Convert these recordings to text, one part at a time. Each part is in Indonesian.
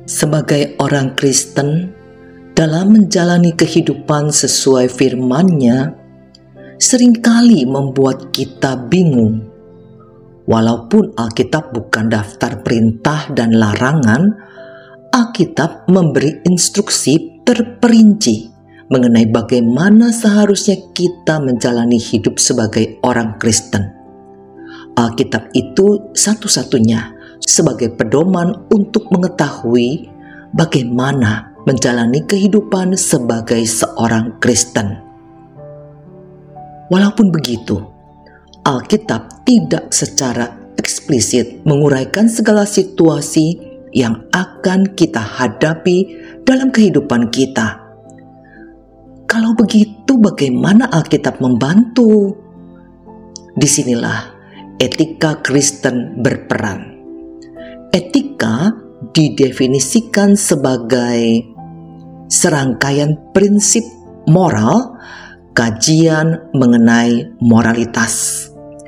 Sebagai orang Kristen, dalam menjalani kehidupan sesuai firman-Nya, seringkali membuat kita bingung. Walaupun Alkitab bukan daftar perintah dan larangan, Alkitab memberi instruksi terperinci mengenai bagaimana seharusnya kita menjalani hidup sebagai orang Kristen. Alkitab itu satu-satunya sebagai pedoman untuk mengetahui bagaimana menjalani kehidupan sebagai seorang Kristen. Walaupun begitu, Alkitab tidak secara eksplisit menguraikan segala situasi yang akan kita hadapi dalam kehidupan kita. Kalau begitu, bagaimana Alkitab membantu? Disinilah etika Kristen berperan. Etika didefinisikan sebagai serangkaian prinsip moral, kajian mengenai moralitas.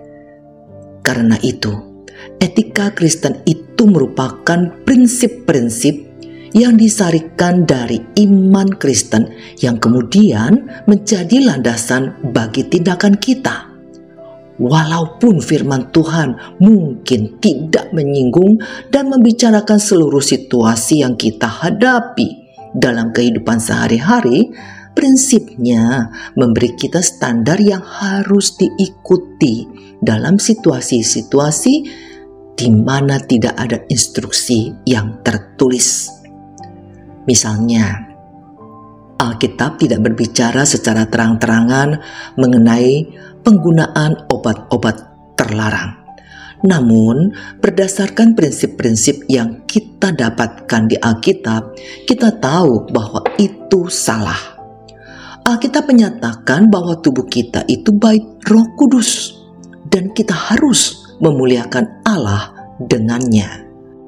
Karena itu, etika Kristen itu merupakan prinsip-prinsip yang disarikan dari iman Kristen yang kemudian menjadi landasan bagi tindakan kita. Walaupun firman Tuhan mungkin tidak menyinggung dan membicarakan seluruh situasi yang kita hadapi dalam kehidupan sehari-hari, prinsipnya memberi kita standar yang harus diikuti dalam situasi-situasi di mana tidak ada instruksi yang tertulis. Misalnya, Alkitab tidak berbicara secara terang-terangan mengenai penggunaan obat-obat terlarang. Namun, berdasarkan prinsip-prinsip yang kita dapatkan di Alkitab, kita tahu bahwa itu salah. Alkitab menyatakan bahwa tubuh kita itu bait Roh Kudus dan kita harus memuliakan Allah dengannya.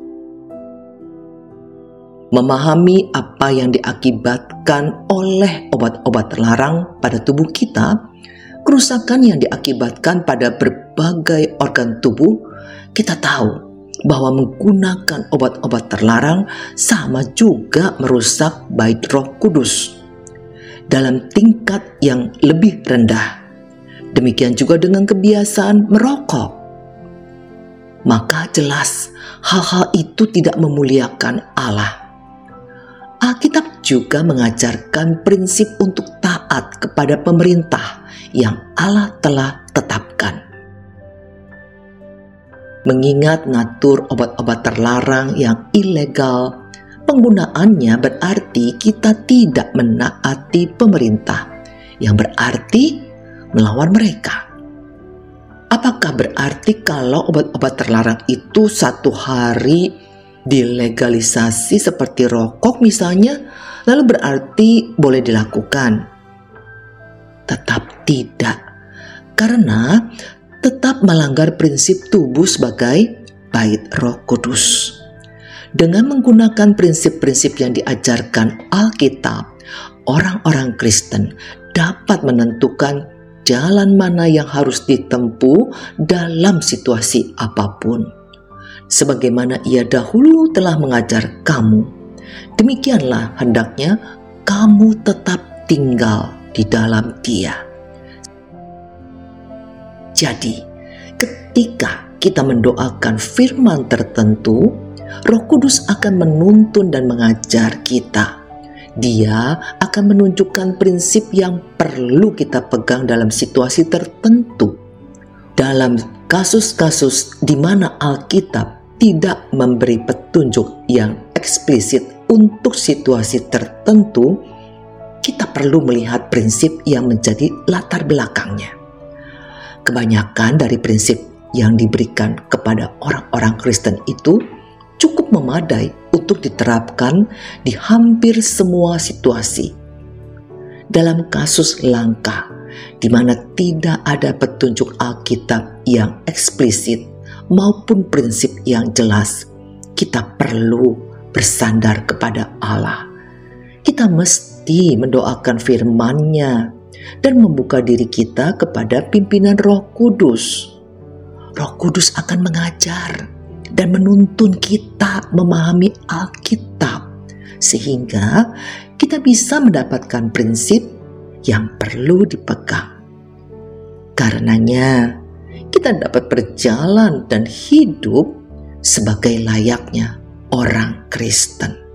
Memahami apa yang diakibatkan oleh obat-obat terlarang pada tubuh kita, kerusakan yang diakibatkan pada berbagai organ tubuh, kita tahu bahwa menggunakan obat-obat terlarang sama juga merusak bait Roh Kudus dalam tingkat yang lebih rendah. Demikian juga dengan kebiasaan merokok. Maka jelas hal-hal itu tidak memuliakan Allah. Alkitab juga mengajarkan prinsip untuk taat kepada pemerintah yang Allah telah tetapkan. Mengingat natur obat-obat terlarang yang ilegal, penggunaannya berarti kita tidak menaati pemerintah, yang berarti melawan mereka. Apakah berarti kalau obat-obat terlarang itu satu hari dilegalisasi seperti rokok misalnya, lalu berarti boleh dilakukan? Tetap tidak, karena tetap melanggar prinsip tubuh sebagai bait Roh Kudus. Dengan menggunakan prinsip-prinsip yang diajarkan Alkitab, orang-orang Kristen dapat menentukan jalan mana yang harus ditempuh dalam situasi apapun. Sebagaimana ia dahulu telah mengajar kamu, demikianlah hendaknya kamu tetap tinggal di dalam Dia. Jadi, ketika kita mendoakan firman tertentu, Roh Kudus akan menuntun dan mengajar kita. Dia akan menunjukkan prinsip yang perlu kita pegang dalam situasi tertentu. Dalam kasus-kasus di mana Alkitab tidak memberi petunjuk yang eksplisit untuk situasi tertentu, kita perlu melihat prinsip yang menjadi latar belakangnya. Kebanyakan dari prinsip yang diberikan kepada orang-orang Kristen itu cukup memadai untuk diterapkan di hampir semua situasi. Dalam kasus langka, di mana tidak ada petunjuk Alkitab yang eksplisit maupun prinsip yang jelas, kita perlu bersandar kepada Allah. Kita mesti mendoakan firman-Nya dan membuka diri kita kepada pimpinan Roh Kudus. Roh Kudus akan mengajar dan menuntun kita memahami Alkitab, sehingga kita bisa mendapatkan prinsip yang perlu dipegang. Karenanya, kita dapat berjalan dan hidup sebagai layaknya orang Kristen.